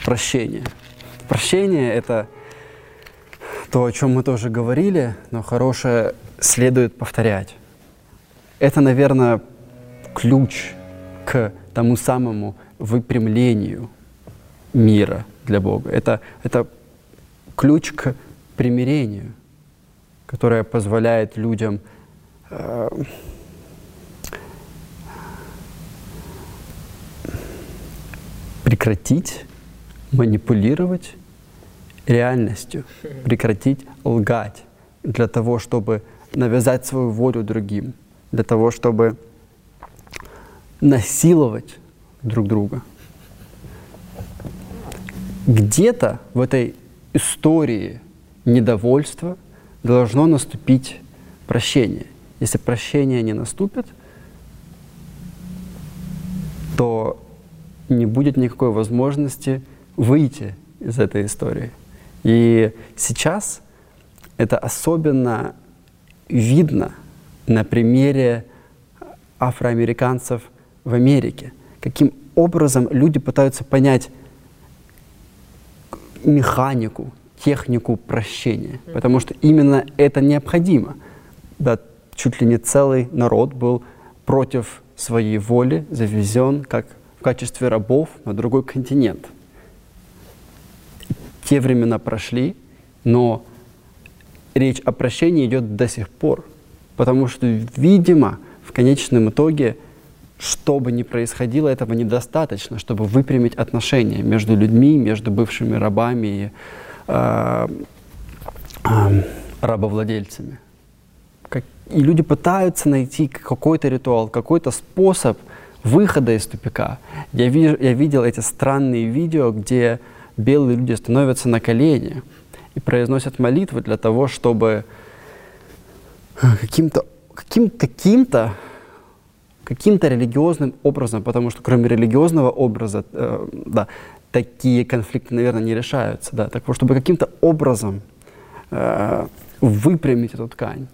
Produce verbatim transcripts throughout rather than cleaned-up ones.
прощение. Прощение — это то, о чем мы тоже говорили, но хорошее следует повторять. Это, наверное, ключ к тому самому выпрямлению мира для Бога. Это, это ключ к примирению, которое позволяет людям э, прекратить манипулировать реальностью, прекратить лгать для того, чтобы навязать свою волю другим, для того, чтобы насиловать друг друга. Где-то в этой истории недовольства должно наступить прощение. Если прощение не наступит, то не будет никакой возможности выйти из этой истории. И сейчас это особенно видно на примере афроамериканцев в Америке. Каким образом люди пытаются понять механику, технику прощения. Потому что именно это необходимо. Да, чуть ли не целый народ был против своей воли завезен как в качестве рабов на другой континент. Те времена прошли, но речь о прощении идет до сих пор. Потому что, видимо, в конечном итоге, что бы ни происходило, этого недостаточно, чтобы выпрямить отношения между людьми, между бывшими рабами и э, э, рабовладельцами. Как, и люди пытаются найти какой-то ритуал, какой-то способ выхода из тупика. Я, виж, я видел эти странные видео, где белые люди становятся на колени и произносят молитвы для того, чтобы каким-то каким, каким-то каким-то религиозным образом, потому что кроме религиозного образа, э, да, такие конфликты, наверное, не решаются, да, так вот, чтобы каким-то образом э, выпрямить эту ткань.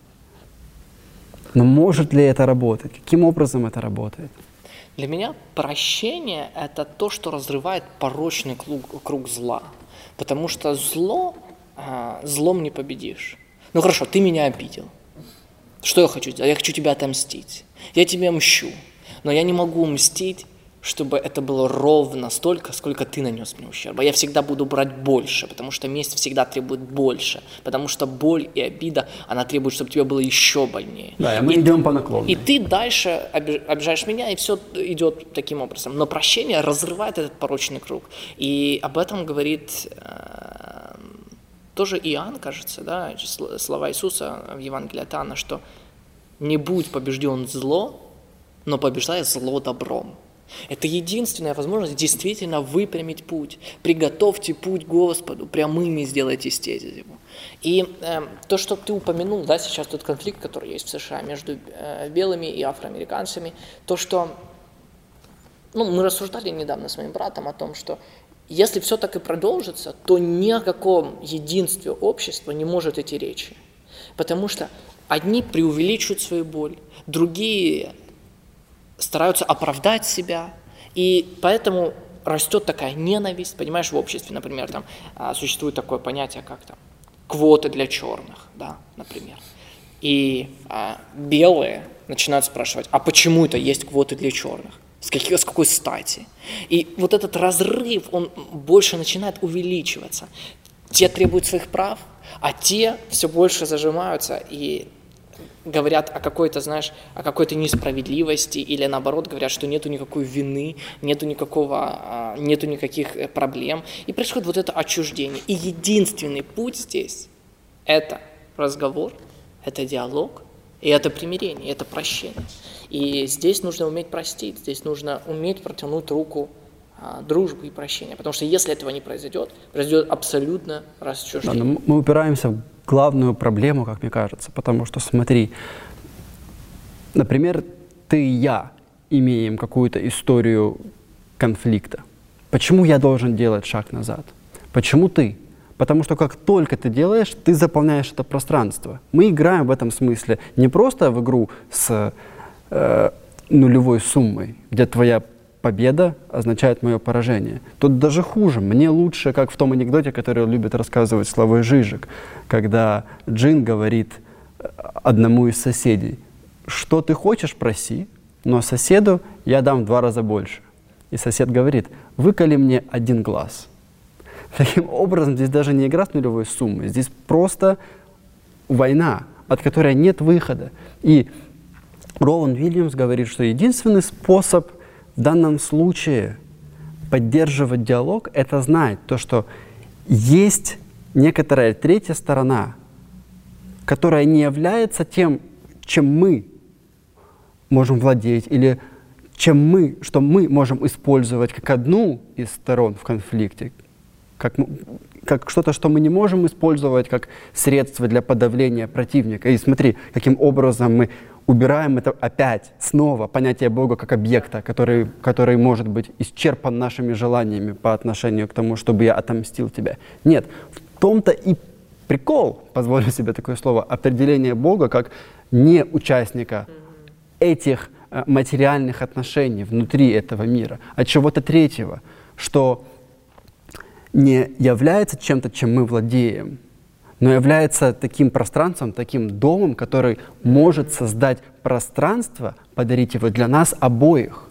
Но может ли это работать? Каким образом это работает? Для меня прощение – это то, что разрывает порочный круг, круг зла. Потому что зло, э, злом не победишь. Ну хорошо, ты меня обидел. Что я хочу сделать? Я хочу тебя отомстить. Я тебе мщу. Но я не могу мстить, чтобы это было ровно столько, сколько ты нанес мне ущерба. Я всегда буду брать больше, потому что месть всегда требует больше. Потому что боль и обида, она требует, чтобы тебе было еще больнее. Да, и мы и, идем по наклонной. И ты дальше обижаешь меня, и все идет таким образом. Но прощение разрывает этот порочный круг. И об этом говорит э, тоже Иоанн, кажется, да, слова Иисуса в Евангелии от Иоанна, что «не будь побежден зло, но побеждай зло добром». Это единственная возможность действительно выпрямить путь. Приготовьте путь Господу, прямыми сделайте стези его. И э, то, что ты упомянул, да, сейчас тот конфликт, который есть в США между э, белыми и афроамериканцами, то, что ну, мы рассуждали недавно с моим братом о том, что если все так и продолжится, то ни о каком единстве общества не может идти речи. Потому что одни преувеличивают свою боль, другие стараются оправдать себя, и поэтому растет такая ненависть, понимаешь, в обществе, например, там существует такое понятие, как там квоты для черных, да, например. И а, белые начинают спрашивать, а почему это есть квоты для черных? С, каких, с какой стати? И вот этот разрыв, он больше начинает увеличиваться. Те требуют своих прав, а те все больше зажимаются и говорят о какой-то, знаешь, о какой-то несправедливости или наоборот говорят, что нету никакой вины, нету никакого, нету никаких проблем. И происходит вот это отчуждение. И единственный путь здесь – это разговор, это диалог, и это примирение, это прощение. И здесь нужно уметь простить, здесь нужно уметь протянуть руку а, дружбы и прощения. Потому что если этого не произойдет, произойдет абсолютно расчуждение. Да, мы упираемся в главную проблему, как мне кажется, потому что, смотри, например, ты и я имеем какую-то историю конфликта. Почему я должен делать шаг назад? Почему ты? Потому что как только ты делаешь, ты заполняешь это пространство. Мы играем в этом смысле не просто в игру с э, нулевой суммой, где твоя победа означает мое поражение. Тут даже хуже. Мне лучше, как в том анекдоте, который любит рассказывать Славой Жижик, когда Джин говорит одному из соседей: что ты хочешь, проси, но соседу я дам в два раза больше. И сосед говорит: выколи мне один глаз. Таким образом, здесь даже не игра с нулевой суммой, здесь просто война, от которой нет выхода. И Рован Уильямс говорит, что единственный способ в данном случае поддерживать диалог — это знать то, что есть некоторая третья сторона, которая не является тем, чем мы можем владеть, или чем мы, что мы можем использовать как одну из сторон в конфликте, как, как что-то, что мы не можем использовать как средство для подавления противника. И смотри, каким образом мы убираем это опять, снова, понятие Бога как объекта, который, который может быть исчерпан нашими желаниями по отношению к тому, чтобы я отомстил тебе. Нет, в том-то и прикол, позволю себе такое слово, определение Бога как не участника этих э, материальных отношений внутри этого мира, а чего-то третьего, что не является чем-то, чем мы владеем, но является таким пространством, таким домом, который может создать пространство, подарить его для нас обоих.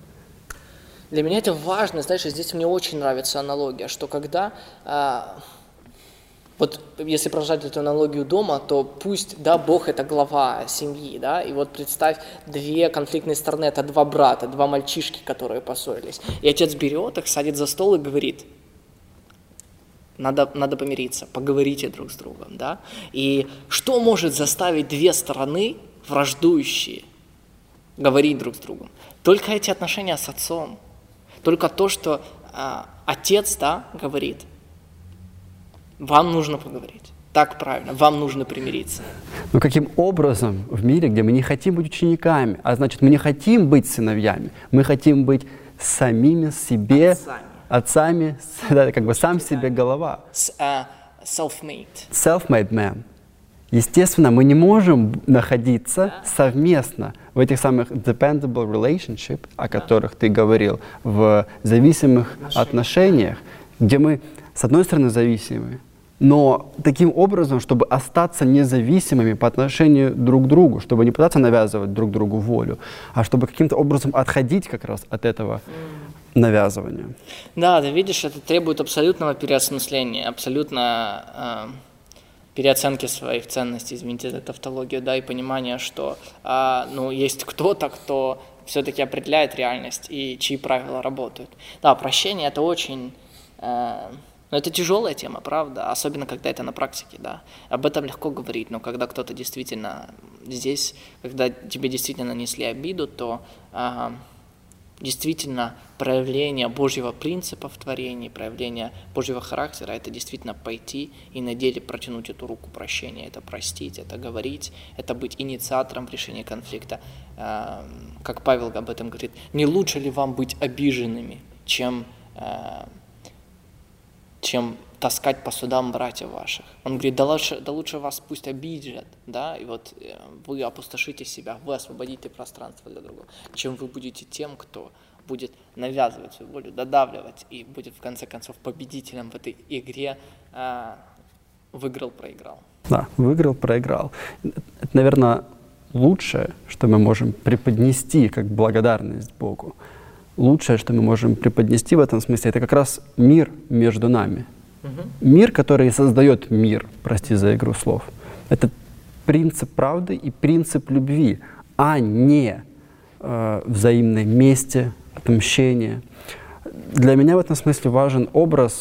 Для меня это важно, знаешь, здесь мне очень нравится аналогия, что когда, а, вот если продолжать эту аналогию дома, то пусть, да, Бог — это глава семьи, да, и вот представь, две конфликтные стороны — это два брата, два мальчишки, которые поссорились, и отец берет их, садит за стол и говорит: Надо, надо помириться, поговорите друг с другом, да? И что может заставить две стороны, враждующие, говорить друг с другом? Только эти отношения с отцом, только то, что а, отец, да, говорит: вам нужно поговорить, так правильно, вам нужно примириться. Но каким образом в мире, где мы не хотим быть учениками, а значит, мы не хотим быть сыновьями, мы хотим быть самими себе, Отцами. отцами, да, как бы сам себе голова. Uh, self-made. Self-made man. Естественно, мы не можем находиться да. совместно в этих самых dependable relationships, о да. которых ты говорил, в зависимых отношениях. отношениях, где мы, с одной стороны, зависимы, но таким образом, чтобы остаться независимыми по отношению друг к другу, чтобы не пытаться навязывать друг другу волю, а чтобы каким-то образом отходить как раз от этого mm. навязывания. Да, ты видишь, это требует абсолютного переосмысления, абсолютно э, переоценки своих ценностей, извините за тавтологию, да, и понимания, что э, ну, есть кто-то, кто все-таки определяет реальность и чьи правила работают. Да, прощение — это очень... Э, Но это тяжелая тема, правда, особенно когда это на практике, да. Об этом легко говорить, но когда кто-то действительно здесь, когда тебе действительно нанесли обиду, то а, действительно проявление Божьего принципа в творении, проявление Божьего характера — это действительно пойти и на деле протянуть эту руку прощения, это простить, это говорить, это быть инициатором в решении конфликта. А, как Павел об этом говорит: не лучше ли вам быть обиженными, чем... А, чем таскать по судам братьев ваших. Он говорит: да лучше, да лучше вас пусть обидят, да, и вот вы опустошите себя, вы освободите пространство для другого, чем вы будете тем, кто будет навязывать свою волю, додавливать и будет в конце концов победителем в этой игре. А, выиграл, проиграл. Да, выиграл, проиграл. Это, наверное, лучшее, что мы можем преподнести как благодарность Богу. Лучшее, что мы можем преподнести в этом смысле, это как раз мир между нами. Uh-huh. Мир, который создает мир, прости за игру слов. Это принцип правды и принцип любви, а не э, взаимной мести, отмщения. Для меня в этом смысле важен образ,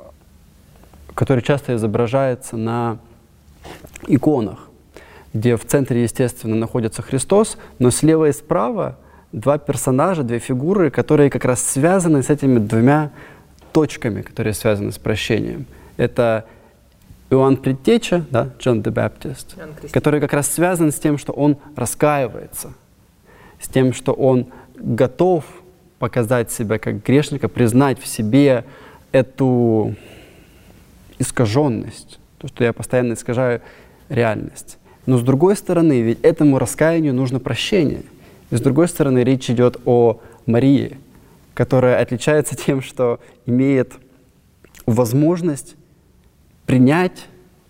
который часто изображается на иконах, где в центре, естественно, находится Христос, но слева и справа два персонажа, две фигуры, которые как раз связаны с этими двумя точками, которые связаны с прощением. Это Иоанн Предтеча, да, John the Baptist, который как раз связан с тем, что он раскаивается, с тем, что он готов показать себя как грешника, признать в себе эту искаженность, то, что я постоянно искажаю реальность. Но с другой стороны, ведь этому раскаянию нужно прощение. И с другой стороны, речь идет о Марии, которая отличается тем, что имеет возможность принять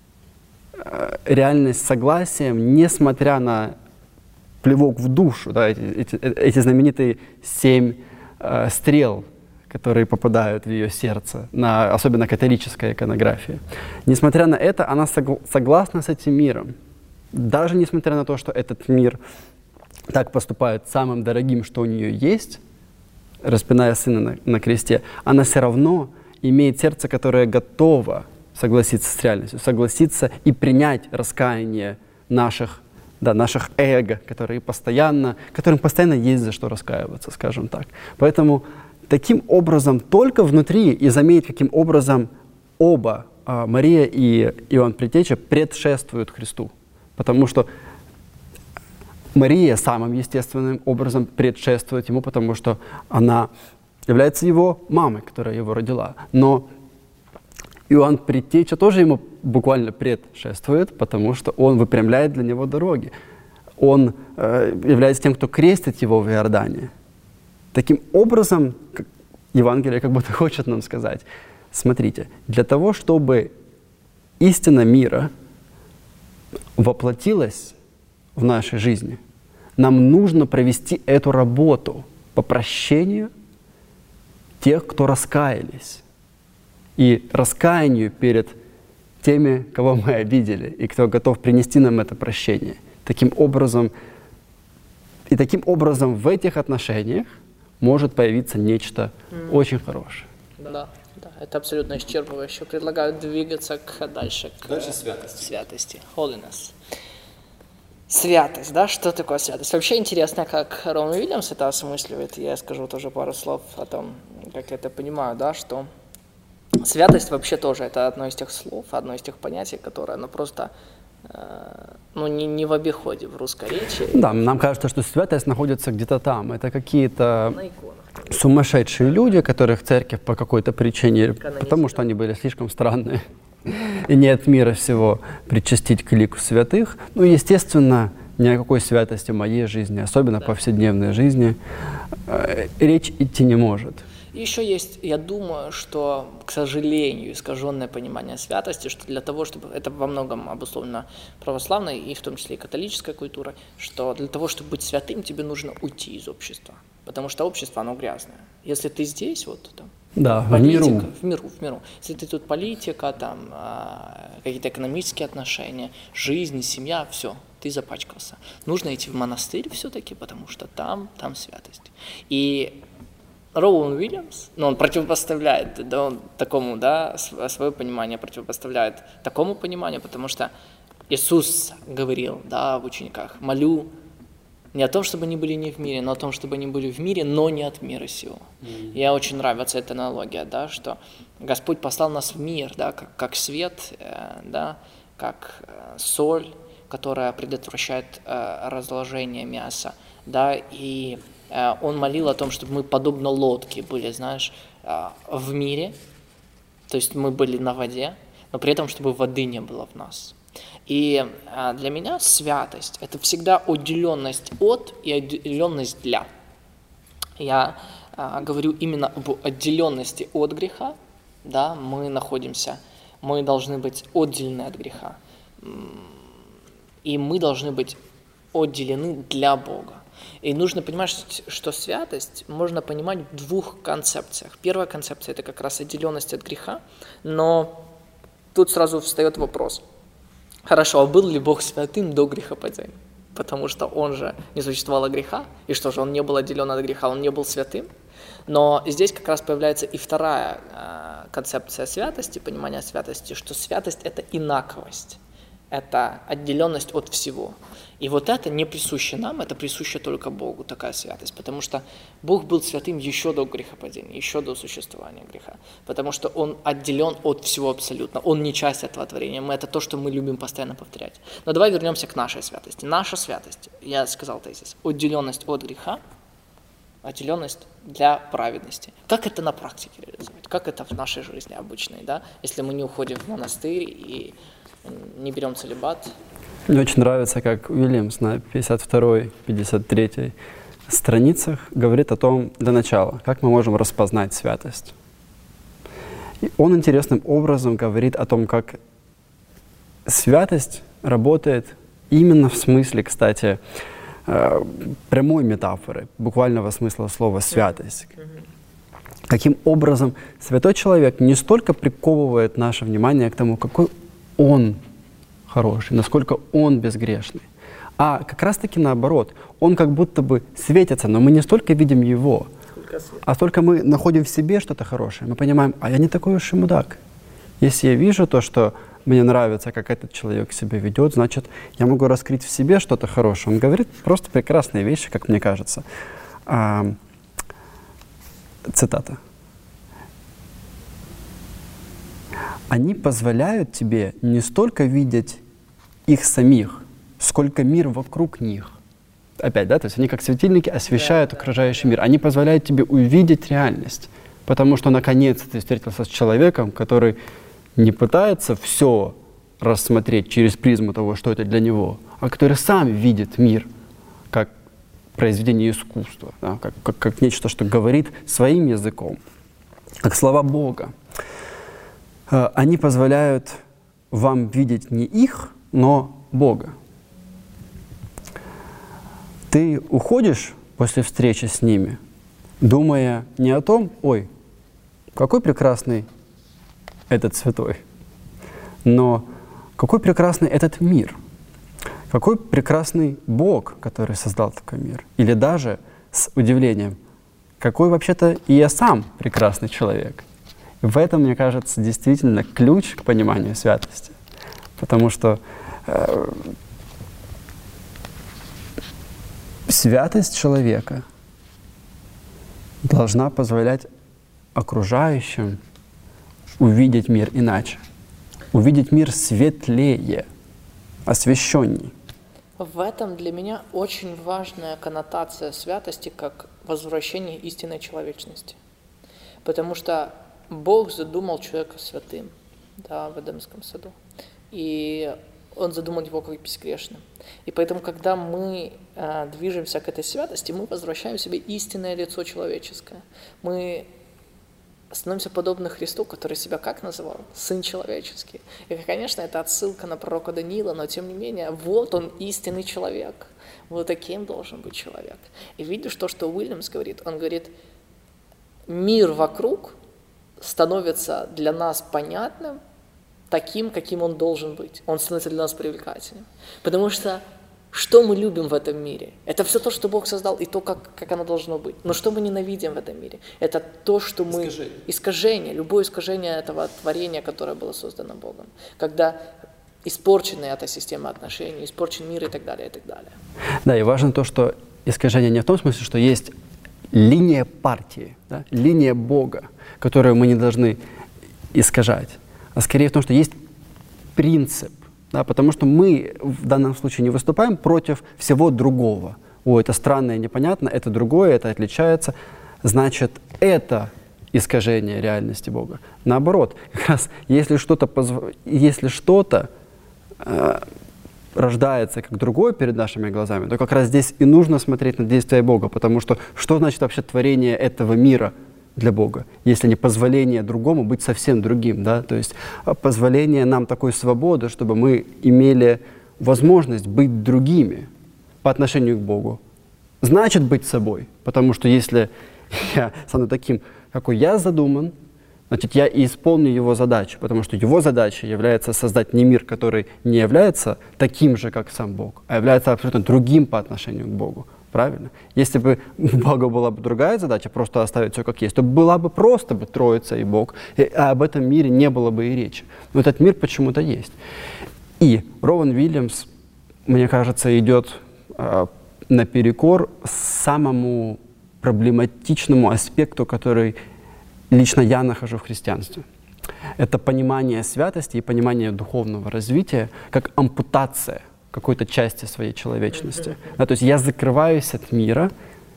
э, реальность согласием, несмотря на плевок в душу, да, эти, эти, эти знаменитые семь э, стрел, которые попадают в ее сердце, на, особенно католической иконографии. Несмотря на это, она согла- согласна с этим миром. Даже несмотря на то, что этот мир так поступает самым дорогим, что у нее есть, распиная сына на, на кресте, она все равно имеет сердце, которое готово согласиться с реальностью, согласиться и принять раскаяние наших, да, наших эго, которые постоянно, которым постоянно есть за что раскаиваться, скажем так. Поэтому таким образом только внутри, и заметить, каким образом оба, а, Мария и Иоанн Предтеча, предшествуют Христу. Потому что Мария самым естественным образом предшествует ему, потому что она является его мамой, которая его родила. Но Иоанн Предтеча тоже ему буквально предшествует, потому что он выпрямляет для него дороги. Он э, является тем, кто крестит его в Иордане. Таким образом, Евангелие как будто хочет нам сказать, смотрите, для того, чтобы истина мира воплотилась в нашей жизни, нам нужно провести эту работу по прощению тех, кто раскаялись, и раскаянию перед теми, кого мы обидели, и кто готов принести нам это прощение. Таким образом, и таким образом в этих отношениях может появиться нечто mm. очень хорошее. Да, да, это абсолютно исчерпывающе. Предлагаю двигаться к, дальше к дальше святости. святости. Holiness. Святость, да, что такое святость? Вообще интересно, как Роуэн Уильямс это осмысливает. Я скажу тоже пару слов о том, как я это понимаю, да, что святость вообще тоже это одно из тех слов, одно из тех понятий, которое, ну, просто э, ну, не, не в обиходе в русской речи. Да, нам кажется, что святость находится где-то там. Это какие-то сумасшедшие люди, которых церковь по какой-то причине, потому что они были слишком странные, и не от мира всего причастить к лику святых. Ну, естественно, ни о какой святости в моей жизни, особенно да. повседневной жизни, э, речь идти не может. Еще есть, я думаю, что, к сожалению, искаженное понимание святости, что для того, чтобы, это во многом обусловлено православной и в том числе и католической культурой, что для того, чтобы быть святым, тебе нужно уйти из общества, потому что общество, оно грязное. Если ты здесь, вот там, да, политика, в миру. в миру, в миру. Если ты тут политика, там, какие-то экономические отношения, жизнь, семья, все, ты запачкался. Нужно идти в монастырь все-таки, потому что там, там святость. И Роуэн Уильямс, ну, он противопоставляет, да, он такому, да, свое понимание противопоставляет такому пониманию, потому что Иисус говорил, да, в учениках, молю не о том, чтобы они были не в мире, но о том, чтобы они были в мире, но не от мира сего. Mm-hmm. Мне очень нравится эта аналогия, да, что Господь послал нас в мир, да, как, как свет, э, да, как э, соль, которая предотвращает э, разложение мяса, да, и э, Он молил о том, чтобы мы подобно лодке были, знаешь, э, в мире, то есть мы были на воде, но при этом, чтобы воды не было в нас. И для меня святость – это всегда отделенность от и отделенность для. Я а, говорю именно об отделенности от греха. Да, мы находимся, мы должны быть отделены от греха. И мы должны быть отделены для Бога. И нужно понимать, что святость можно понимать в двух концепциях. Первая концепция – это как раз отделенность от греха, но тут сразу встает вопрос – хорошо, а был ли Бог святым до грехопадения? Потому что Он же не существовало греха, и что же, Он не был отделен от греха, Он не был святым. Но здесь как раз появляется и вторая э, концепция святости, понимание святости, что святость – это инаковость, это отделенность от всего. И вот это не присуще нам, это присуще только Богу, такая святость, потому что Бог был святым еще до грехопадения, еще до существования греха, потому что Он отделен от всего абсолютно, Он не часть этого творения, мы, это то, что мы любим постоянно повторять. Но давай вернемся к нашей святости. Наша святость, я сказал тезис, отделенность от греха, отделенность для праведности. Как это на практике реализовать? Как это в нашей жизни обычной, да? Если мы не уходим в монастырь и не берем целибат? Мне очень нравится, как Уильямс на пятьдесят второй, пятьдесят третьей страницах говорит о том, для начала, как мы можем распознать святость. И он интересным образом говорит о том, как святость работает именно в смысле, кстати, прямой метафоры, буквального смысла слова «святость». Каким образом святой человек не столько приковывает наше внимание к тому, какой он хороший, насколько он безгрешный, а как раз-таки наоборот, он как будто бы светится, но мы не столько видим его, а столько мы находим в себе что-то хорошее. Мы понимаем, а я не такой уж и мудак. Если я вижу то, что мне нравится, как этот человек себя ведет, значит, я могу раскрыть в себе что-то хорошее. Он говорит просто прекрасные вещи, как мне кажется. А, цитата. Они позволяют тебе не столько видеть их самих, сколько мир вокруг них. Опять, да, то есть они как светильники освещают окружающий мир. Они позволяют тебе увидеть реальность, потому что наконец-то ты встретился с человеком, который не пытается все рассмотреть через призму того, что это для него, а который сам видит мир как произведение искусства, да, как, как, как нечто, что говорит своим языком, как слова Бога. Они позволяют вам видеть не их, но Бога. Ты уходишь после встречи с ними, думая не о том, ой, какой прекрасный этот святой, но какой прекрасный этот мир, какой прекрасный Бог, который создал такой мир. Или даже с удивлением, какой вообще-то и я сам прекрасный человек. И в этом, мне кажется, действительно ключ к пониманию святости. Потому что э, святость человека должна позволять окружающим увидеть мир иначе, увидеть мир светлее, освященней. В этом для меня очень важная коннотация святости как возвращение истинной человечности. Потому что Бог задумал человека святым, да, в Эдемском саду. И Он задумал его как безгрешным. И поэтому, когда мы э, движемся к этой святости, мы возвращаем себе истинное лицо человеческое. Мы становимся подобны Христу, который себя как называл? Сын человеческий. И, конечно, это отсылка на пророка Даниила, но тем не менее, вот он истинный человек. Вот таким должен быть человек. И видишь то, что Уильямс говорит? Он говорит, мир вокруг становится для нас понятным, таким, каким он должен быть. Он становится для нас привлекательным. Потому что что мы любим в этом мире? Это все то, что Бог создал, и то, как, как оно должно быть. Но что мы ненавидим в этом мире? Это то, что мы... Искажение. Искажение. Любое искажение этого творения, которое было создано Богом. Когда испорчена эта система отношений, испорчен мир и так далее, и так далее. Да, и важно то, что искажение не в том смысле, что есть линия партии, да, линия Бога, которую мы не должны искажать, а скорее в том, что есть принцип. Да, потому что мы в данном случае не выступаем против всего другого. О, это странно и непонятно, это другое, это отличается. Значит, это искажение реальности Бога. Наоборот, как раз если что-то, позв... если что-то э, рождается как другое перед нашими глазами, то как раз здесь и нужно смотреть на действия Бога, потому что что значит вообще творение этого мира для Бога, если не позволение другому быть совсем другим, да, то есть позволение нам такой свободы, чтобы мы имели возможность быть другими по отношению к Богу. Значит быть собой, потому что если я стану таким, какой я задуман, значит я и исполню его задачу, потому что его задача является создать не мир, который не является таким же, как сам Бог, а является абсолютно другим по отношению к Богу. Правильно? Если бы у Бога была бы другая задача, просто оставить все как есть, то была бы просто бы Троица и Бог, и, а об этом мире не было бы и речи. Но этот мир почему-то есть. И Рован Уильямс, мне кажется, идет э, наперекор самому проблематичному аспекту, который лично я нахожу в христианстве. Это понимание святости и понимание духовного развития как ампутация какой-то части своей человечности. Да, то есть я закрываюсь от мира,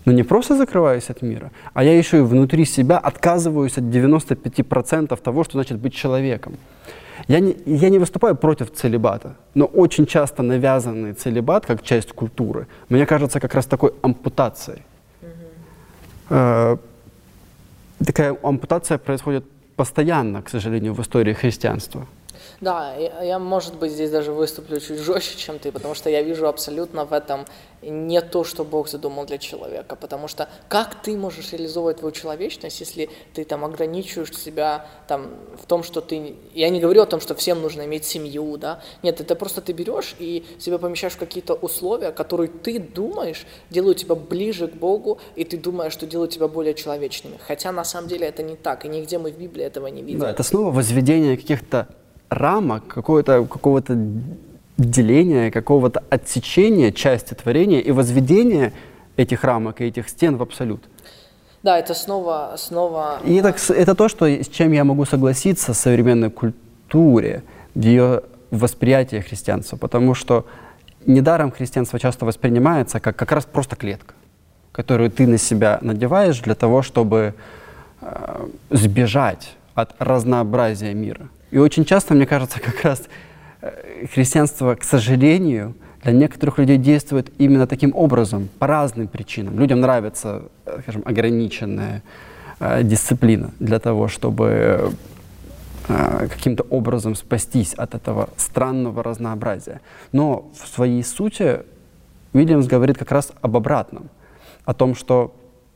Но не просто закрываюсь от мира, а я еще и внутри себя отказываюсь от девяноста пяти процентов того, что значит быть человеком. Я не, я не выступаю против целибата, но очень часто навязанный целибат, как часть культуры, мне кажется как раз такой ампутацией. Mm-hmm. э, такая ампутация происходит постоянно, к сожалению, в истории христианства. Да, я, я, может быть, здесь даже выступлю чуть жестче, чем ты, потому что я вижу абсолютно в этом не то, что Бог задумал для человека, потому что как ты можешь реализовывать твою человечность, если ты там ограничиваешь себя там в том, что ты... Я не говорю о том, что всем нужно иметь семью, да, нет, это просто ты берешь и себя помещаешь в какие-то условия, которые ты думаешь делают тебя ближе к Богу, и ты думаешь, что делают тебя более человечными, хотя на самом деле это не так, и нигде мы в Библии этого не видим. Да, это снова возведение каких-то рамок, какого-то, какого-то деления, какого-то отсечения части творения и возведения этих рамок и этих стен в абсолют. Да, это снова... снова... И это, это то, что, с чем я могу согласиться в современной культуре, в ее восприятии христианства, потому что недаром христианство часто воспринимается как как раз просто клетка, которую ты на себя надеваешь для того, чтобы э, сбежать от разнообразия мира. И очень часто, мне кажется, как раз христианство, к сожалению, для некоторых людей действует именно таким образом, по разным причинам. Людям нравится, скажем, ограниченная э, дисциплина для того, чтобы э, каким-то образом спастись от этого странного разнообразия. Но в своей сути Уильямс говорит как раз об обратном, о том, что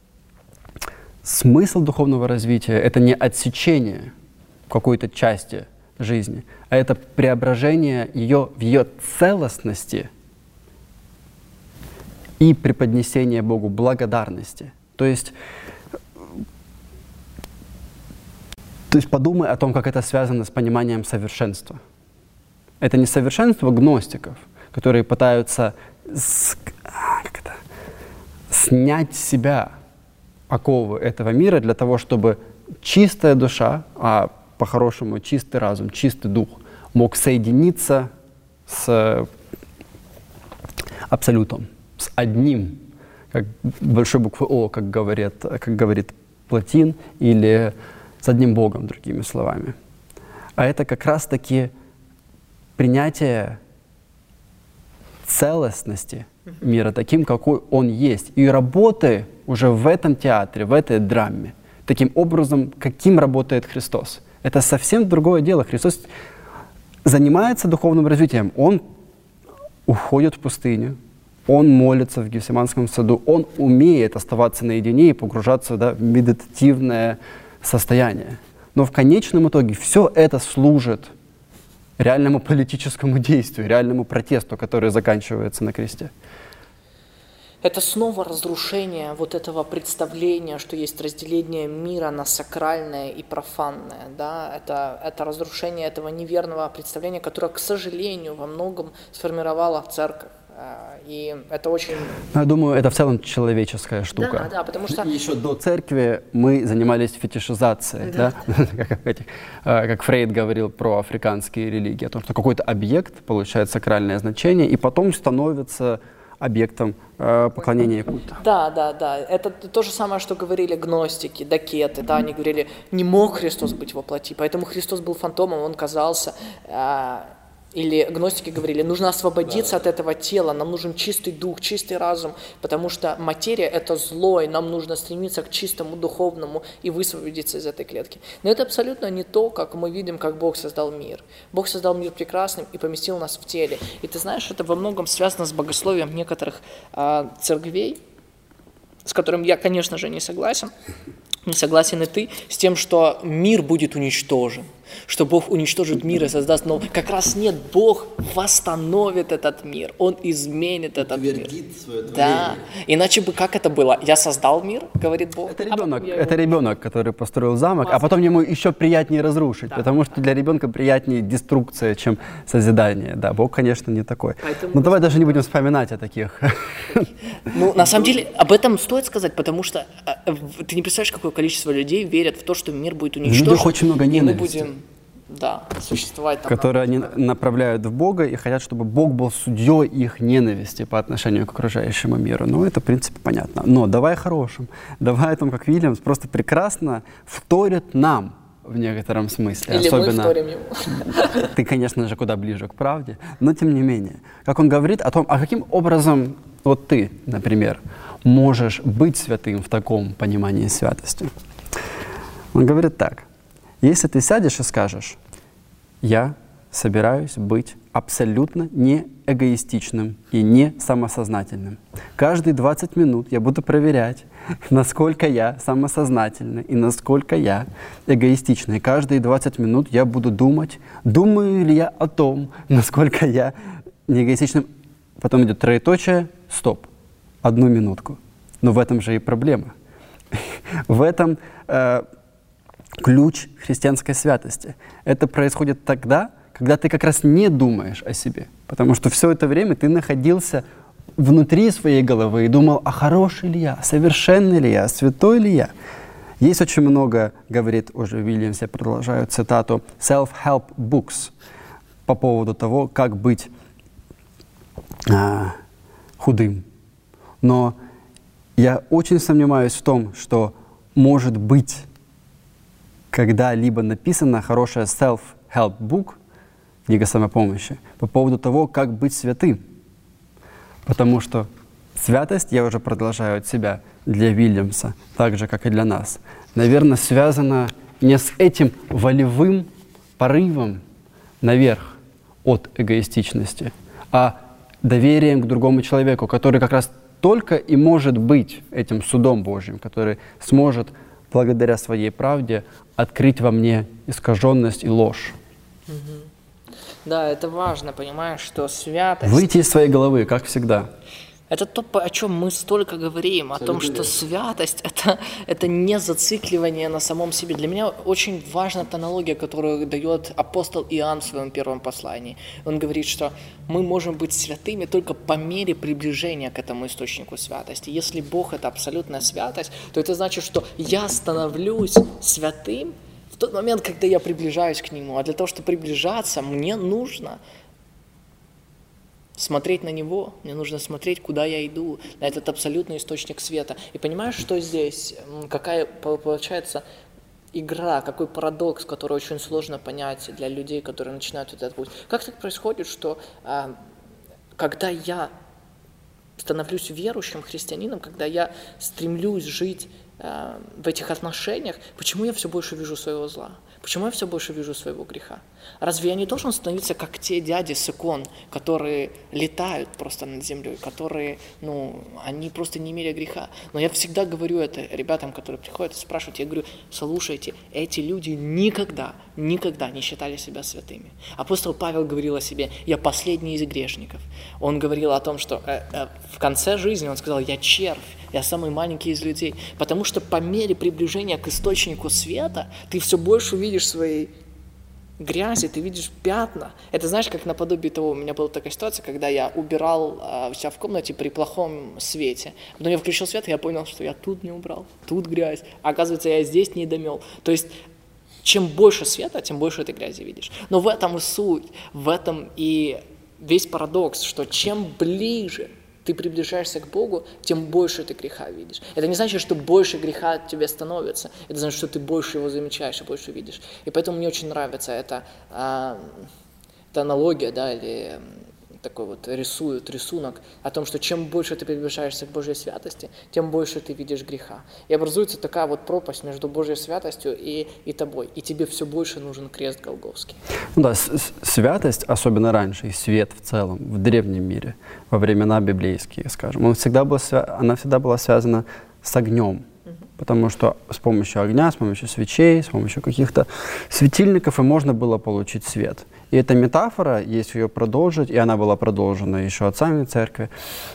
смысл духовного развития — это не отсечение какой-то части жизни, а это преображение ее в ее целостности и преподнесение Богу благодарности. То есть, то есть подумай о том, как это связано с пониманием совершенства. Это не совершенство гностиков, которые пытаются с, как это, снять с себя оковы этого мира для того, чтобы чистая душа, а по-хорошему чистый разум, чистый дух мог соединиться с абсолютом, с одним, как большой буквы О, как говорит, как говорит Платин, или с одним Богом, другими словами. А это как раз-таки принятие целостности мира таким, какой он есть, и работы уже в этом театре, в этой драме, таким образом, каким работает Христос. Это совсем другое дело. Христос занимается духовным развитием. Он уходит в пустыню, он молится в Гефсиманском саду, он умеет оставаться наедине и погружаться, да, в медитативное состояние. Но в конечном итоге все это служит реальному политическому действию, реальному протесту, который заканчивается на кресте. Это снова разрушение вот этого представления, что есть разделение мира на сакральное и профанное. Да? Это, это разрушение этого неверного представления, которое, к сожалению, во многом сформировала церковь. И это очень... Я думаю, это в целом человеческая штука. Да, да, потому что... Еще до церкви мы занимались фетишизацией, да? Да? как, этих, как Фрейд говорил про африканские религии, о том, что какой-то объект получает сакральное значение и потом становится объектом э, поклонения и культа. Да, да, да. Это то же самое, что говорили гностики, докеты. Да, они говорили, не мог Христос быть во плоти, поэтому Христос был фантомом, он казался... Э, Или гностики говорили, нужно освободиться да. от этого тела, нам нужен чистый дух, чистый разум, потому что материя — это зло, и нам нужно стремиться к чистому духовному и высвободиться из этой клетки. Но это абсолютно не то, как мы видим, как Бог создал мир. Бог создал мир прекрасным и поместил нас в теле. И ты знаешь, это во многом связано с богословием некоторых а, церквей, с которым я, конечно же, не согласен. Не согласен и ты с тем, что мир будет уничтожен, что Бог уничтожит мир и создаст новый. Как раз нет, Бог восстановит этот мир, Он изменит этот мир. Свое творение. Да, иначе бы как это было? Я создал мир, говорит Бог. Это ребенок, а это ребенок, который построил замок, Классно. А потом ему еще приятнее разрушить, да. потому что для ребенка приятнее деструкция, чем созидание. Да, Бог, конечно, не такой. Поэтому Но давай даже не будем вспоминать о таких. Ну, на самом деле, об этом стоит сказать, потому что ты не представляешь, какое количество людей верят в то, что мир будет уничтожен. В людях очень много ненависти. Будем... да, существовать там. Которые они направляют в Бога и хотят, чтобы Бог был судьей их ненависти по отношению к окружающему миру. Ну, это, в принципе, понятно. Но давай о хорошем. Давай о том, как Вильямс просто прекрасно вторит нам в некотором смысле. Или особенно... мы вторим ему. Ты, конечно же, куда ближе к правде, но тем не менее. Как он говорит о том, а каким образом вот ты, например, можешь быть святым в таком понимании святости. Он говорит так. Если ты сядешь и скажешь, я собираюсь быть абсолютно не эгоистичным и не самосознательным. Каждые двадцать минут я буду проверять, насколько я самосознательный и насколько я эгоистичный. Каждые двадцать минут я буду думать, думаю ли я о том, насколько я не эгоистичным. Потом идет троеточие, стоп, одну минутку. Но в этом же и проблема. В этом э, ключ христианской святости. Это происходит тогда, когда ты как раз не думаешь о себе. Потому что все это время ты находился внутри своей головы и думал, а хороший ли я, совершенный ли я, святой ли я. Есть очень много, говорит уже Вильямс, я продолжаю цитату, self-help books по поводу того, как быть а, худым. Но я очень сомневаюсь в том, что может быть когда-либо написана хорошая self-help book, книга самопомощи, по поводу того, как быть святым. Потому что святость, я уже продолжаю от себя, для Вильямса, так же, как и для нас, наверное, связана не с этим волевым порывом наверх от эгоистичности, а доверием к другому человеку, который как раз только и может быть этим судом Божьим, который сможет благодаря своей правде открыть во мне искаженность и ложь. Угу. Да, это важно, понимаешь, что святость... Выйти из своей головы, как всегда. Это то, о чем мы столько говорим, о том, что святость это, — это не зацикливание на самом себе. Для меня очень важна эта аналогия, которую дает апостол Иоанн в своем первом послании. Он говорит, что мы можем быть святыми только по мере приближения к этому источнику святости. Если Бог — это абсолютная святость, то это значит, что я становлюсь святым в тот момент, когда я приближаюсь к Нему. А для того, чтобы приближаться, мне нужно смотреть на Него, мне нужно смотреть, куда я иду, на этот абсолютный источник света. И понимаешь, что здесь, какая получается игра, какой парадокс, который очень сложно понять для людей, которые начинают этот путь. Как так происходит, что а, когда я становлюсь верующим христианином, когда я стремлюсь жить а, в этих отношениях, почему я все больше вижу своего зла? Почему я все больше вижу своего греха? Разве я не должен становиться как те дяди с икон, которые летают просто над землей, которые, ну, они просто не имели греха? Но я всегда говорю это ребятам, которые приходят и спрашивают, я говорю, слушайте, эти люди никогда, никогда не считали себя святыми. Апостол Павел говорил о себе, я последний из грешников. Он говорил о том, что э, э, в конце жизни, он сказал, я червь, я самый маленький из людей. Потому что по мере приближения к источнику света ты все больше видишь своей грязи, ты видишь пятна. Это знаешь, как наподобие того, у меня была такая ситуация, когда я убирал а, у себя в комнате при плохом свете. Потом я включил свет, и я понял, что я тут не убрал, тут грязь. А оказывается, я здесь не домел. То есть, чем больше света, тем больше ты грязи видишь. Но в этом и суть, в этом и весь парадокс, что чем ближе ты приближаешься к Богу, тем больше ты греха видишь. Это не значит, что больше греха тебе становится. Это значит, что ты больше его замечаешь и больше видишь. И поэтому мне очень нравится эта, а, эта аналогия, да, или такой вот рисует рисунок о том, что чем больше ты приближаешься к Божьей святости, тем больше ты видишь греха. И образуется такая вот пропасть между Божьей святостью и, и тобой. И тебе все больше нужен крест Голгофский. Ну да, святость, особенно раньше, и свет в целом, в древнем мире, во времена библейские, скажем, он всегда был, она всегда была связана с огнем. Потому что с помощью огня, с помощью свечей, с помощью каких-то светильников и можно было получить свет. И эта метафора, если ее продолжить, и она была продолжена еще отцами церкви,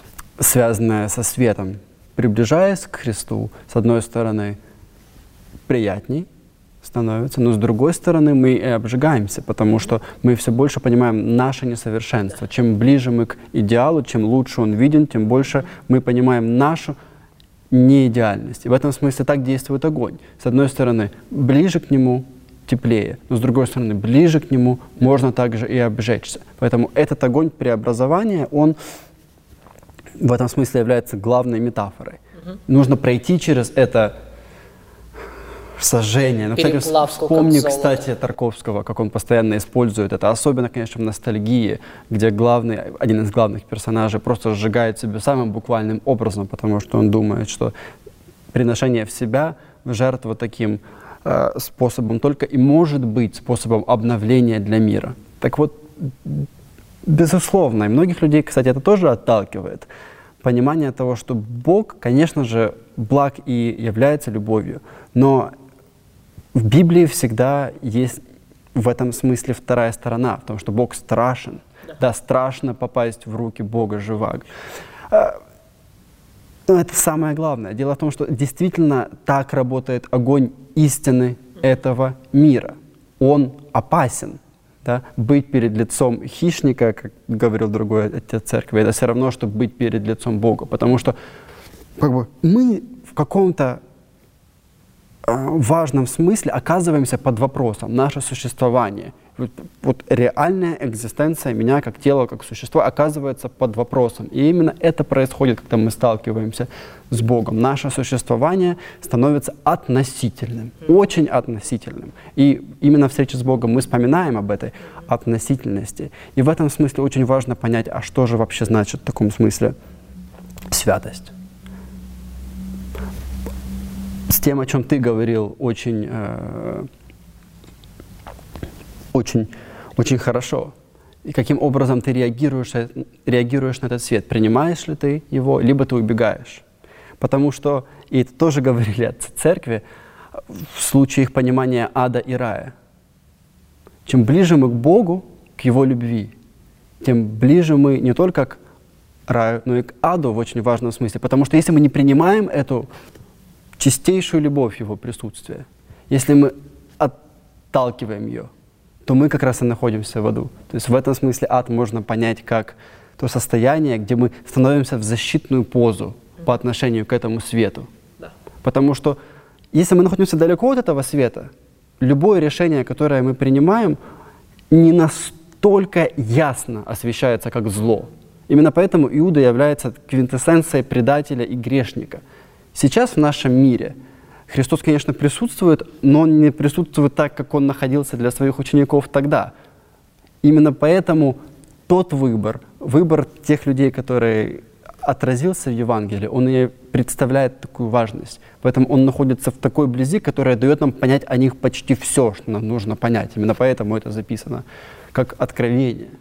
связанная со светом, приближаясь к Христу, с одной стороны, приятней становится, но с другой стороны мы и обжигаемся, потому что мы все больше понимаем наше несовершенство. Чем ближе мы к идеалу, чем лучше он виден, тем больше мы понимаем нашу неидеальность. И в этом смысле так действует огонь. С одной стороны, ближе к нему, теплее. Но, с другой стороны, ближе к Нему можно также и обжечься. Поэтому этот огонь преобразования, он в этом смысле является главной метафорой. Угу. Нужно пройти через это сожжение. Ну, кстати, вспомни, кстати, Тарковского, как он постоянно использует это. Особенно, конечно, в «Ностальгии», где главный, один из главных персонажей просто сжигает себя самым буквальным образом, потому что он думает, что приношение в себя в жертву таким э, способом только и может быть способом обновления для мира. Так вот, безусловно, и многих людей, кстати, это тоже отталкивает. Понимание того, что Бог, конечно же, благ и является любовью, но в Библии всегда есть в этом смысле вторая сторона, в том, что Бог страшен. Да, да, страшно попасть в руки Бога живаго. Но это самое главное. Дело в том, что действительно так работает огонь истины этого мира. Он опасен. Да? Быть перед лицом хищника, как говорил другой отец церкви, это все равно, что быть перед лицом Бога. Потому что как бы, мы в каком-то в важном смысле оказываемся под вопросом, наше существование. Вот, вот реальная экзистенция меня как тела, как существа оказывается под вопросом. И именно это происходит, когда мы сталкиваемся с Богом. Наше существование становится относительным, очень относительным. И именно в встрече с Богом мы вспоминаем об этой относительности. И в этом смысле очень важно понять, а что же вообще значит в таком смысле святость. С тем, о чем ты говорил, очень, э, очень, очень хорошо. И каким образом ты реагируешь, реагируешь на этот свет? Принимаешь ли ты его, либо ты убегаешь? Потому что, и это тоже говорили отцы церкви, в случае их понимания ада и рая. Чем ближе мы к Богу, к Его любви, тем ближе мы не только к раю, но и к аду в очень важном смысле. Потому что если мы не принимаем эту чистейшую любовь Его присутствия, если мы отталкиваем ее, то мы как раз и находимся в аду. То есть в этом смысле ад можно понять как то состояние, где мы становимся в защитную позу по отношению к этому свету. Да. Потому что если мы находимся далеко от этого света, любое решение, которое мы принимаем, не настолько ясно освещается как зло. Именно поэтому Иуда является квинтэссенцией предателя и грешника. Сейчас в нашем мире Христос, конечно, присутствует, но он не присутствует так, как Он находился для своих учеников тогда. Именно поэтому тот выбор, выбор тех людей, которые отразился в Евангелии, он и представляет такую важность. Поэтому он находится в такой близи, которая дает нам понять о них почти все, что нам нужно понять. Именно поэтому это записано как откровение.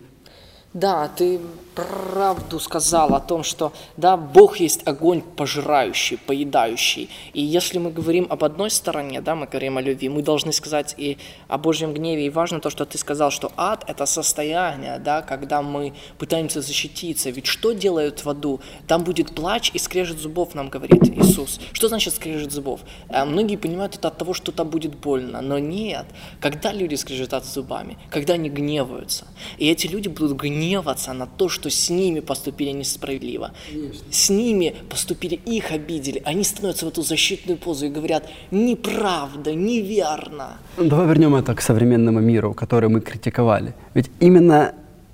Да, ты правду сказал о том, что да, Бог есть огонь пожирающий, поедающий. И если мы говорим об одной стороне, да, мы говорим о любви, мы должны сказать и о Божьем гневе. И важно то, что ты сказал, что ад – это состояние, да, когда мы пытаемся защититься. Ведь что делают в аду? Там будет плач и скрежет зубов, нам говорит Иисус. Что значит скрежет зубов? А многие понимают это от того, что там будет больно. Но нет. Когда люди скрежетят зубами? Когда они гневаются. И эти люди будут гневаться на то, что с ними поступили несправедливо. Конечно. С ними поступили, их обидели. Они становятся в эту защитную позу и говорят: неправда, неверно. Давай вернем это к современному миру, который мы критиковали. Ведь именно